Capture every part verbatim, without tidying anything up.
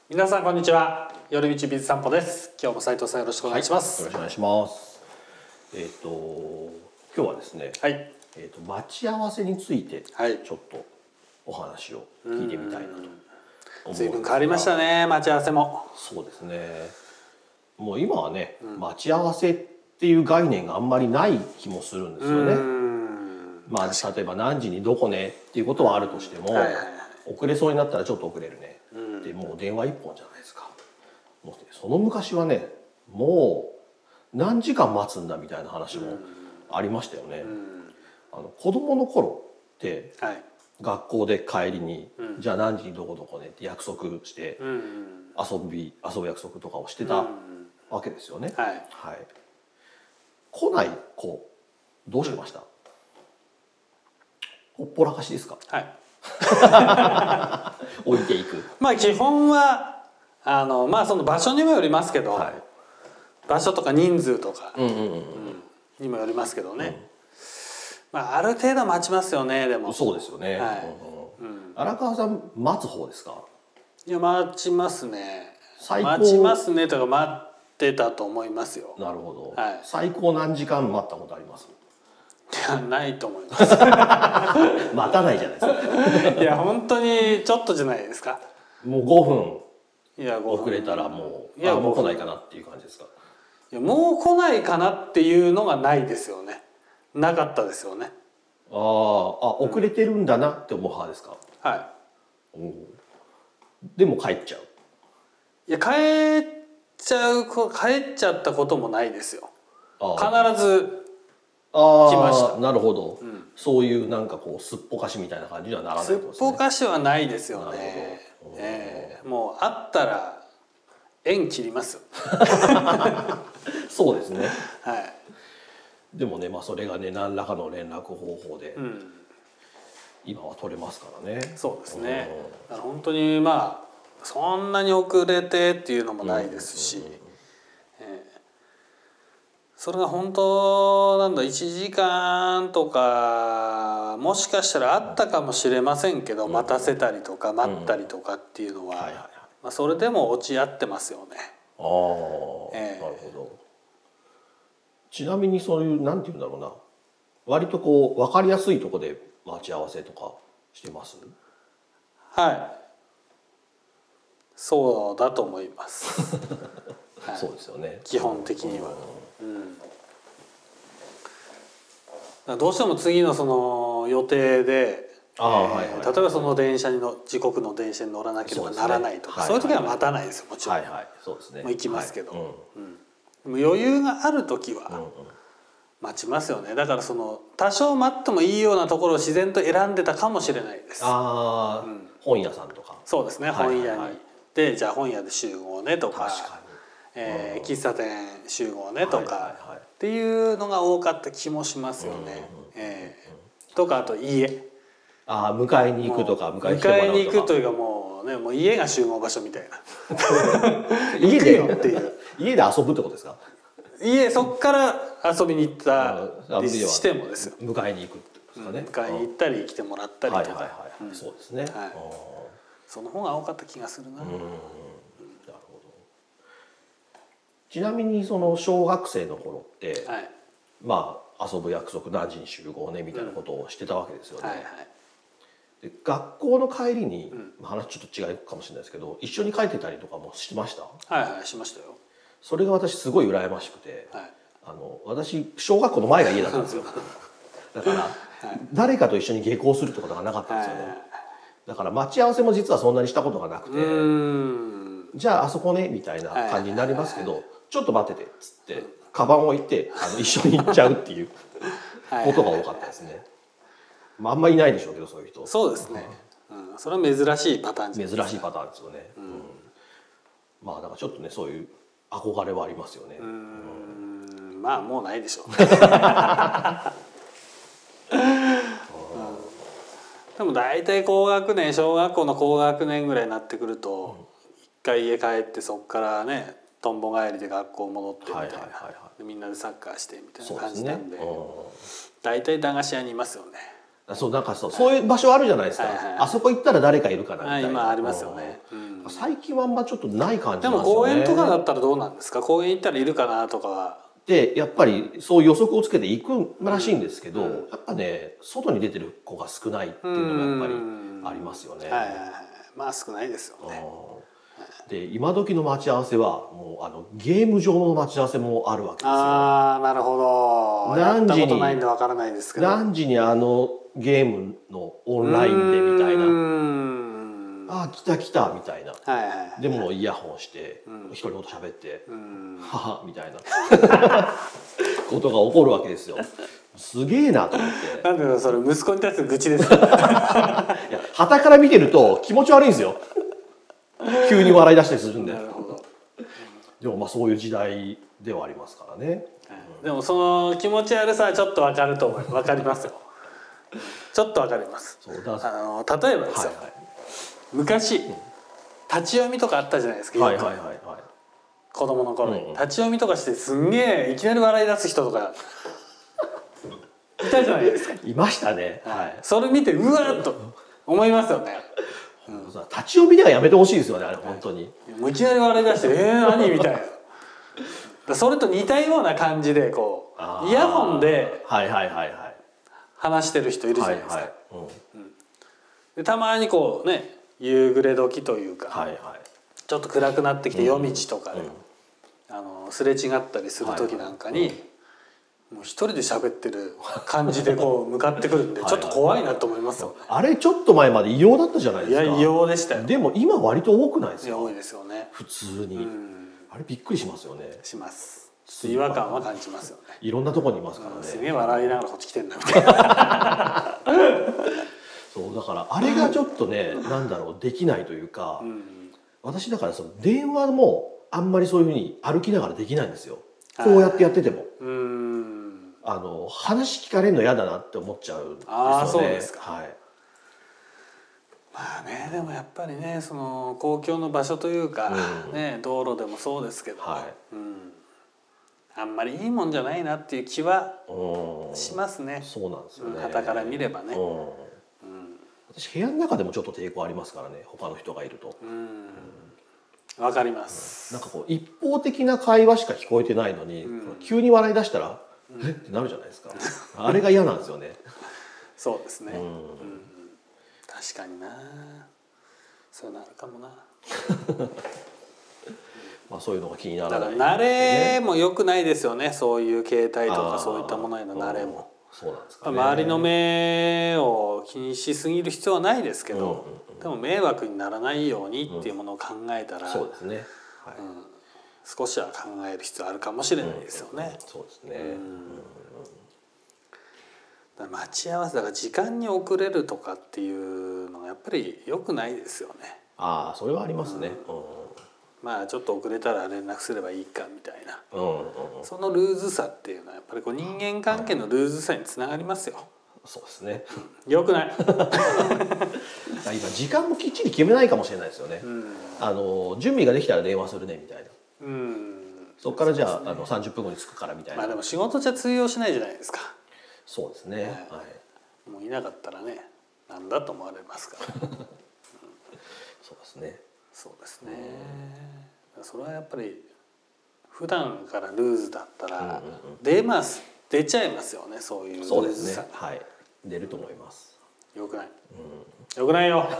皆さんこんにちは。夜道ビズ散歩です。今日も斉藤さんよろしくお願いします。 はい、よろしくお願いします。えっ、ー、と今日はですね、 はい、 えっ、ー、と待ち合わせについてちょっとお話を聞いてみたいなと思うんですが。 随分変わりましたね、待ち合わせも。 そうですね。もう今はね、うん、待ち合わせっていう概念があんまりない気もするんですよね。まあ例えば何時にどこねっていうことはあるとしても、はいはいはい、遅れそうになったらちょっと遅れるね。でもう電話一本じゃないですか。もうその昔はね、もう何時間待つんだみたいな話もありましたよね。あの子供の頃って、はい、学校で帰りに、うん、じゃあ何時にどこどこねって約束して、うん、遊び遊ぶ約束とかをしてたわけですよね。はいはい、来ない子どうしました？ほっぽらかしですか？ はい、 置いていく。 まあ基本はあのまあその場所にもよりますけど、はい、場所とか人数とかにもよりますけどね、うん、まあある程度待ちますよね。でもそうですよね、はい、うん、荒川さん待つ方ですか？ いや待ちますね。待ちますねとか待ってたと思いますよ。 なるほど、はい、最高何時間待ったことあります？ いやないと思います待たないじゃないですか。 いや本当にちょっとじゃないですか。 もうごふんいやごふん遅れたらもういやもう来ないかなっていう感じですか？ いやもう来ないかなっていうのがないですよね。なかったですよね。 ああ遅れてるんだなって思う派ですか？ はい。 おでも帰っちゃう？ いや帰っちゃう帰っちゃったこともないですよ。必ず来ました。 なるほど、うん、そういうなんかこうすっぽかしみたいな感じにはならないですね。 すっぽかしはないですよね。えー、もう会ったら縁切りますよ。 そうですね。 はい。 でもね、まあそれがね何らかの連絡方法で、うん、今は取れますからね。 そうですね。だから本当にまあそんなに遅れてっていうのもないですし。それが本当なんだいちじかんとかもしかしたらあったかもしれませんけど、待たせたりとか待ったりとかっていうのはそれでも落ち合ってますよね。 ああ、えー、なるほど。ちなみにそういうなんていうんだろうな、割とこう分かりやすいところで待ち合わせとかしてます？ はい、そうだと思います。 はい、そうですよね。 基本的には。うん、どうしても次のその予定で、例えばその電車にの時刻の電車に乗らなければならないとか、そういう時は待たないですよ、もちろん。はいはい、そうですね。もう行きますけど、はい、うん、でも余裕がある時は待ちますよね。だからその多少待ってもいいようなところを自然と選んでたかもしれないです。 ああ、うん、本屋さんとか。 そうですね、本屋に行ってじゃあ本屋で集合ねとか。確かに。えー、喫茶店集合ねとかっていうのが多かった気もしますよね。えー、とかあと家。 ああ迎えに行くとか迎え迎えに行くというかもうねもう家が集合場所みたいな。 家でっていう家で遊ぶってことですか？ 家そっから遊びに行ったりしてもですよ。 迎えに行くってことですかね。 迎えに行ったり来てもらったりとか。 そうですね。はい、 その方が多かった気がするな。うん、 ちなみにその小学生の頃って、はい、まあ遊ぶ約束何時に集合ねみたいなことをしてたわけですよね。はいはい、で学校の帰りに、うん、話ちょっと違うかもしれないですけど一緒に帰ってたりとかもしました？ はいはいしましたよ。 それが私すごい羨ましくて、はい、あの私小学校の前が家だったんですよ。だから、はい、誰かと一緒に下校するってことがなかったんですよね。はい、だから待ち合わせも実はそんなにしたことがなくて、じゃああそこねみたいな感じになりますけど、ちょっと待っててっつってカバンを置いてあの一緒に行っちゃうっていうことが多かったですね。まあ、あんまりいないでしょうけどそういう人。 そうですね、うん、それは珍しいパターンです。 珍しいパターンですよね。うんうん、まあだからちょっとねそういう憧れはありますよね。うーん、まあもうないでしょう。でも大体高学年小学校の高学年ぐらいになってくると一回家帰ってそっからねとんぼ帰りで学校戻ってみたいな、みんなでサッカーしてみたいな感じなんで、大体駄菓子屋にいますよね。 そうなんかそうそういう場所あるじゃないですか。あそこ行ったら誰かいるかなみたいな。 今ありますよね。 最近はあんまちょっとない感じでなんですよね。 も公園とかだったらどうなんですか？公園行ったらいるかなとかは。 でやっぱりそう予測をつけていくらしいんですけど、うん、やっぱね外に出てる子が少ないっていうのがやっぱりありますよね。 はいはいはい、まあ少ないですよね。 で今時の待ち合わせはもうあのゲーム上の待ち合わせもあるわけですよ。 ああなるほど。何時にやったことないんでわからないですけど、 何時にあのゲームのオンラインでみたいな、ああ来た来たみたいな、はいはいはい、でもイヤホンして独り言喋って「はは」みたいなことが起こるわけですよ。すげえなと思って。 なんでそれ息子に対する愚痴ですか？いや傍から見てると気持ち悪いんですよ。急に笑い出したりするんで。なるほど。でもまあそういう時代ではありますからね。 うん、でもその気持ち悪さはちょっとわかると思います。わかりますよ。ちょっとわかります。そうだあの例えばですよ。はいはい、昔、うん、立ち読みとかあったじゃないですか。はいはいはいはい。子供の頃に、うんうん、立ち読みとかしてすんげえいきなり笑い出す人とかいたじゃないですか。 いましたね。はい。 それ見てうわーっと思いますよね。 うん、立ち読みではやめてほしいですよねあれ本当に。 もういきなり笑い出してえー何みたいな。それと似たような感じでこうイヤホンで話してる人いるじゃないですか。でたまにこうね夕暮れ時というか、はいはい、ちょっと暗くなってきて夜道とかで、うんうん、あのすれ違ったりする時なんかに、はいはい、もう一人で喋ってる感じでこう向かってくるんでちょっと怖いなと思いますよね。 あれちょっと前まで異様だったじゃないですか。 いや異様でしたよ。 でも今割と多くないですか？ 多いですよね普通に。うんあれびっくりしますよね。 します。違和感は感じますよね。 いろんなところにいますからね。 うん、すげえ笑いながらこっち来てんだみたいな。 そうだからあれがちょっとねなんだろうできないというか、うん、私だからその電話もあんまりそういうふうに歩きながらできないんですよ。こうやってやってても。うんあの話聞かれるの嫌だなって思っちゃうんですよね。 ああそうですか。 はい。 まあねでもやっぱりねその公共の場所というか、うん、ね道路でもそうですけど、はいうん、あんまりいいもんじゃないなっていう気はしますね。 そうなんですよね。 傍から見ればね。うん私部屋の中でもちょっと抵抗ありますからね他の人がいると。 わ、うん、かります。 なんかこう一方的な会話しか聞こえてないのに、うん、急に笑い出したら、うん、えってなるじゃないですか。あれが嫌なんですよね。 そうですね。うんうん確かになそういうのあるかもな。 まあそういうのが気にならない、ね、 だから慣れも良くないですよね。そういう携帯とかそういったものへの慣れも、 そうなんですかね、 周りの目を気にしすぎる必要はないですけど、うんうんうん、でも迷惑にならないようにっていうものを考えたら、うん、 そうですね、はいうん、 少しは考える必要あるかもしれないですよね、うんうん、 そうですね、うん待ち合わせだから時間に遅れるとかっていうのはやっぱり良くないですよね。 ああそれはありますね、うんうん、まあちょっと遅れたら連絡すればいいかみたいな、うんうんうん、そのルーズさっていうのはやっぱりこう人間関係のルーズさにつながりますよ。 そうですね良くない今時間もきっちり決めないかもしれないですよね、うん、あの準備ができたら電話するねみたいな、うん、そこからじゃあ、ね、あのさんじゅっぷんごに着くからみたいな。 まあでも仕事じゃ通用しないじゃないですか。 そうですね、 はい、もういなかったらねなんだと思われますから、うん、そうですねそうですね、うん、それはやっぱり普段からルーズだったら、うんうんうん、出ます出ちゃいますよねそういうルーズさ。 そうですねはい出ると思います。 よくない、うん、よくないよ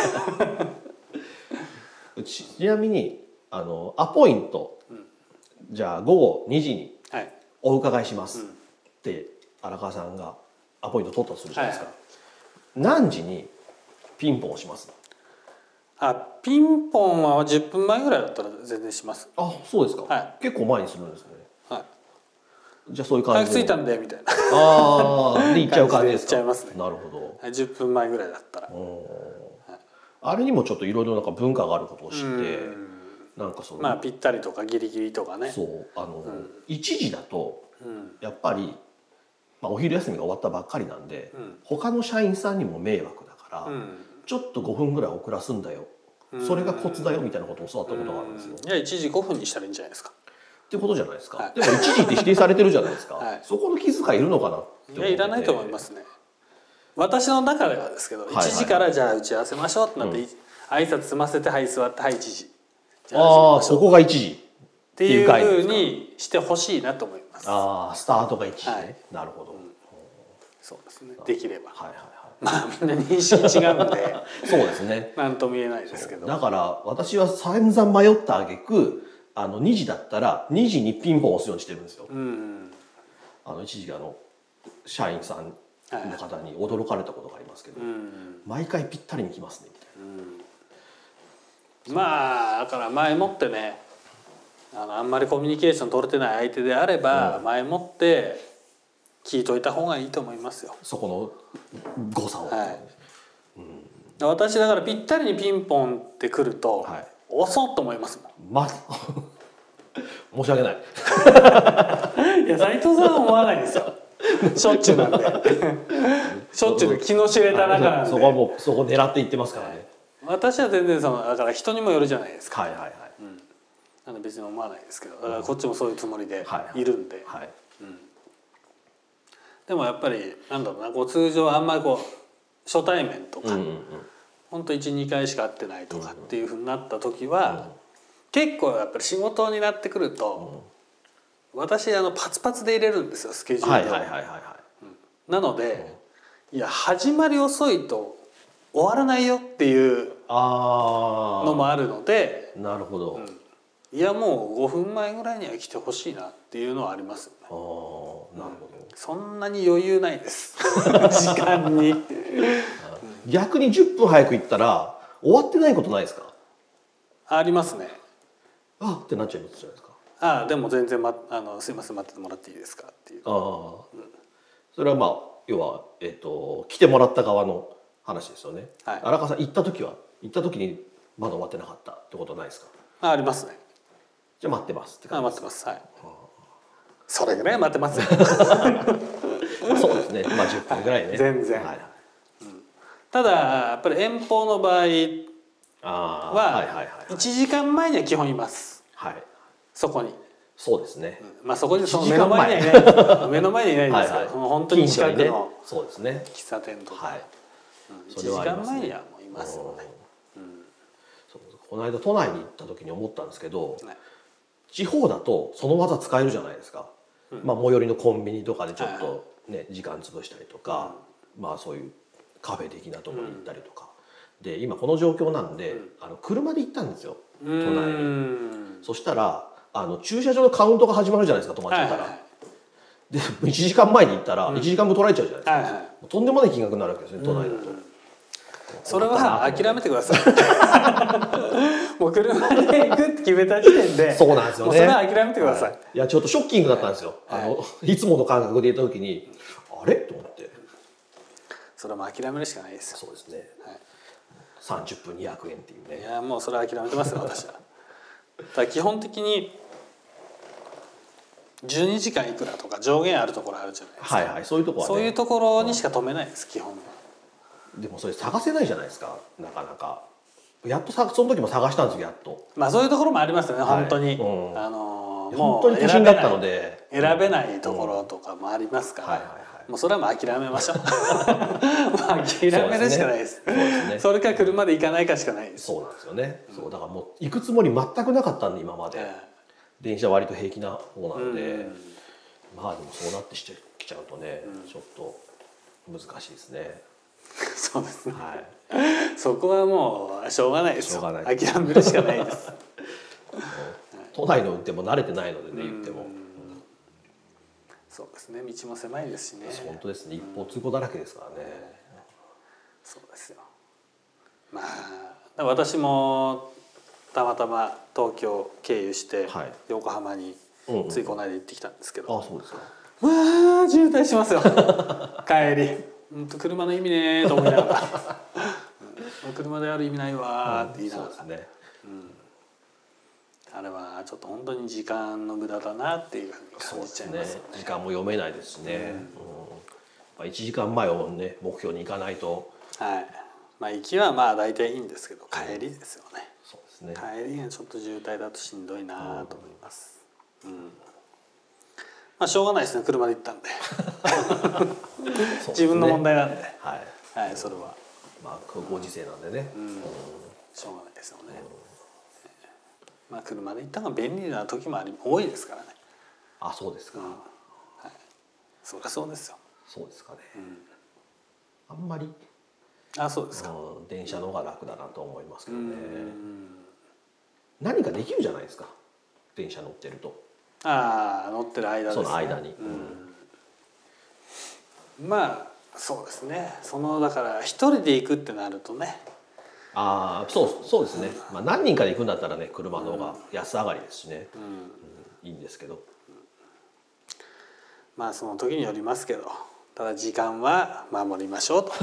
ち, ちなみにあのアポイント、うん、じゃあごごにじにお伺いします、はい、って荒川さんがアポイント取ったとするじゃないですか、はいはい、何時にピンポンをします？ あピンポンはじゅっぷんまえぐらいだったら全然します。 あそうですか、はい、結構前にするんですね。はいじゃあそういう感じで早く着いたんでみたいなああで行っちゃう感じですか。 行っちゃいますね。 なるほど。 じゅっぷんまえぐらいだったら、はい、 あれにもちょっといろいろなんか文化があることを知ってなんかそのまあぴったりとかギリギリとかね。 そうあの、うん、いちじだとやっぱり、まあ、お昼休みが終わったばっかりなんで、うん、他の社員さんにも迷惑だから、うん、ちょっとごふんぐらい遅らすんだよ、うん、それがコツだよみたいなことを教わったことがあるんですよ。 いやいちじごふんにしたらいいんじゃないですかってことじゃないですか、はい、でもいちじって否定されてるじゃないですか、はい、そこの気遣いいるのかなって思って。 いやいらないと思いますね。私の中ではですけど、はいはい、いちじからじゃあ打ち合わせましょうってなって、うん、 挨拶済ませてはい座ってはいいちじああそこがいちじっていうふうにしてほしいなと思います。 ああスタートがいちじね、はい、なるほど、うん、 そうですねできれば、 はいはいはい、 まあみんな認識違うんでそうですね何とも言えないですけど、 だから私は散々迷った挙句あのにじだったらにじにピンポン押すようにしてるんですよ、うん、あの一時あの社員さんの方に驚かれたことがありますけど、はい、毎回ぴったりに来ますねみたいな、うん、まあだから前もってねあのあんまりコミュニケーション取れてない相手であれば、うん、前もって聞いといた方がいいと思いますよそこの誤差を、はい、 うん、私だからぴったりにピンポンってくると、はい、遅っと思いますもん、 ま、申し訳ないいや斉藤さんは思わないですよしょっちゅうなんでしょっちゅうで気の知れた中なんで、 そこはもうそこ狙っていってますからね、 はい、私は全然そのだから人にもよるじゃないですか、 はいはいはい、うん、 なんで別に思わないですけどだからこっちもそういうつもりでいるんで、はいはい、うん、でもやっぱりなんだろうなこう通常あんまりこう初対面とか、うんうんうん、ほんといちにかいしか会ってないとかっていうふうになった時は、うんうん、結構やっぱり仕事になってくると、うん、私あのパツパツで入れるんですよスケジュールを、はいはいはいはい、うん、なので、うん、いや始まり遅いと終わらないよっていうのもあるので、 なるほど、 うん、いやもうごふんまえぐらいには来てほしいなっていうのはありますよね。 ああ、なるほど、 うん、そんなに余裕ないです時間に逆にじゅっぷん早く行ったら終わってないことないですか？ ありますね。 あってなっちゃいますじゃないですか。 ああでも全然、ま、あのすいません待っててもらっていいですかっていう。ああ、 うん、それはまあ要は、えーと、来てもらった側の話ですよね、はい、荒川さん行った時は行った時にまだ終わってなかったってことはないですか？ あ、ありますね。 じゃあ待ってますって感じですか？あ、待ってます、はい、それぐらい待ってますよそうですね、まあじゅっぷんぐらいね全然、はい、うん、ただやっぱり遠方の場合はいちじかんまえには基本います、はい、そこに。 そうですね、 うん、まあそこにその目の前にはいない目の前にいないんですけど、はいはい、本当に近くの喫茶店とか、はい、うん、いちじかんまえにはもういますよね、うん、 そうこの間都内に行った時に思ったんですけど、ね、地方だとその技使えるじゃないですか、うん、まあ、最寄りのコンビニとかでちょっとね、はい、時間潰したりとか、うん、まあそういうカフェ的なところに行ったりとか、うん、で今この状況なんで、うん、あの車で行ったんですよ都内に。そしたらあの駐車場のカウントが始まるじゃないですか止まっちゃったら、はいはい、でいちじかんまえに行ったらいちじかんぶん取られちゃうじゃないですか、はいはい、とんでもない金額になるわけですね都内だと。 それは諦めてくださいもう車で行くって決めた時点でそうなんですよね、 もうそれは諦めてください、はい、 いやちょっとショッキングだったんですよ、はい、あのいつもの感覚で行った時にあれと思って、 それはもう諦めるしかないですよ。 そうですね、はい、さんじゅっぷんにひゃくえんっていうね。 いやもうそれは諦めてますよ私はだから基本的にじゅうにじかんいくらとか上限あるところあるじゃないですか、 はいはい、そういうところは、ね、 そういうところにしか止めないです、うん、基本は。 でもそれ探せないじゃないですかなかなか。やっとさその時も探したんですよやっと。 まあそういうところもありますよね、はい、本当に、うん、あのもう本当に都心だったので選べないところとかもありますから、うん、はいはいはい、もうそれはもう諦めましょうもう諦めるしかないです。そうですね、それか車で行かないかしかないです。 そうなんですよね、うん、そうだからもう行くつもり全くなかったんで今まで、えー、電車割と平気な方なので、うん、まあでもそうなってきちゃうとね、うん、ちょっと難しいですねそうですね、はい、そこはもうしょうがないですよ。諦めるしかないです都内の運転も慣れてないのでね、言っても、うん、 そうですね、道も狭いですしね。 本当ですね、一方通行だらけですからね、うん、 そうですよ。まあ私もたまたま東京経由して横浜についこの間行ってきたんですけど、 うんうん、あ、そうですか。 まあ渋滞しますよ帰り本当車の意味ねーと思いながらうん、車である意味ないわーって言いながら、うん、そうですね、うん、あれはちょっと本当に時間の無駄だなっていうふうに感じちゃいますよね。 時間も読めないですしね、うんうん、まあ、いちじかんまえをね目標に行かないと、 はい、まあ行きはまあ大体いいんですけど帰りですよね、うん、 そうですね、 帰りがちょっと渋滞だとしんどいなと思います、うん、うん、まあしょうがないですね、車で行ったんで自分の問題なんで、はい、はい、それはまあご時世なんでね、うん、 しょうがないですよね、うん、まあ車で行った方が便利な時もあり多いですからね。 あ、そうですか、うん、はい、 そりゃそうですよ。 そうですかね、うん、あんまりあ、そうですか、 うん、電車の方が楽だなと思いますけどね。何かできるじゃないですか、電車乗ってると。 ああ、乗ってる間ですね。 その間に、 うん、まあそうですね。そのだから一人で行くってなるとね。 ああ、そうそうですね、まあ、何人かで行くんだったらね車の方が安上がりですしね、うんうん、いいんですけど、うん、 まあその時によりますけど、ただ時間は守りましょうと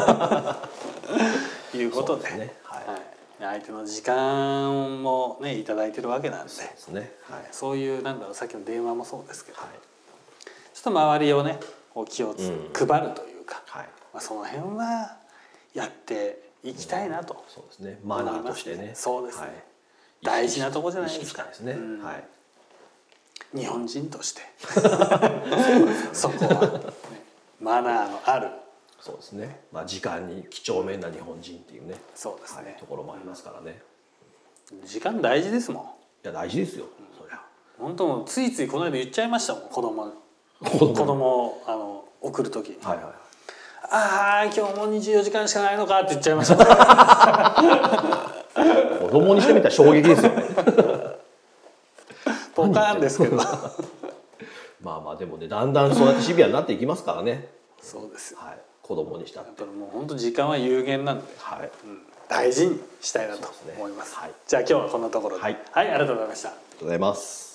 いうことで、そうですね、はいはい、相手の時間もねいただいてるわけなんで、そうですね、はい、そういうなんだろう、さっきの電話もそうですけど、はい、ちょっと周りをねこう気をつ、うん、配るというか、はい、まあ、その辺はやっていきたいなと、うん、 そうですね、マナーとしてね、 そうですね、はい、大事なとこじゃないですか。 ですね、うん、はい、 日本人としてそこは、ね、マナーのある、 そうですね、まあ、時間に几帳面な日本人っていうね、 そうですね、 はい、ところもありますからね、 うん、時間大事ですもん。いや大事ですよ、うん、そりゃ本当ついついこの間言っちゃいましたもん、子供子供をあの送る時に、はいはい、ああ今日もにじゅうよじかんしかないのかって言っちゃいました子供にしてみたら衝撃ですよねポカーンですけどまあまあでもね、だんだんそうやってシビアになっていきますからね。 そうですよ、 はい、子供にしたって。 やっぱりもう本当時間は有限なんで、はい、うん、大事にしたいなと思います。はい、じゃあ今日はこんなところで、はい、はい、ありがとうございました。 ありがとうございます。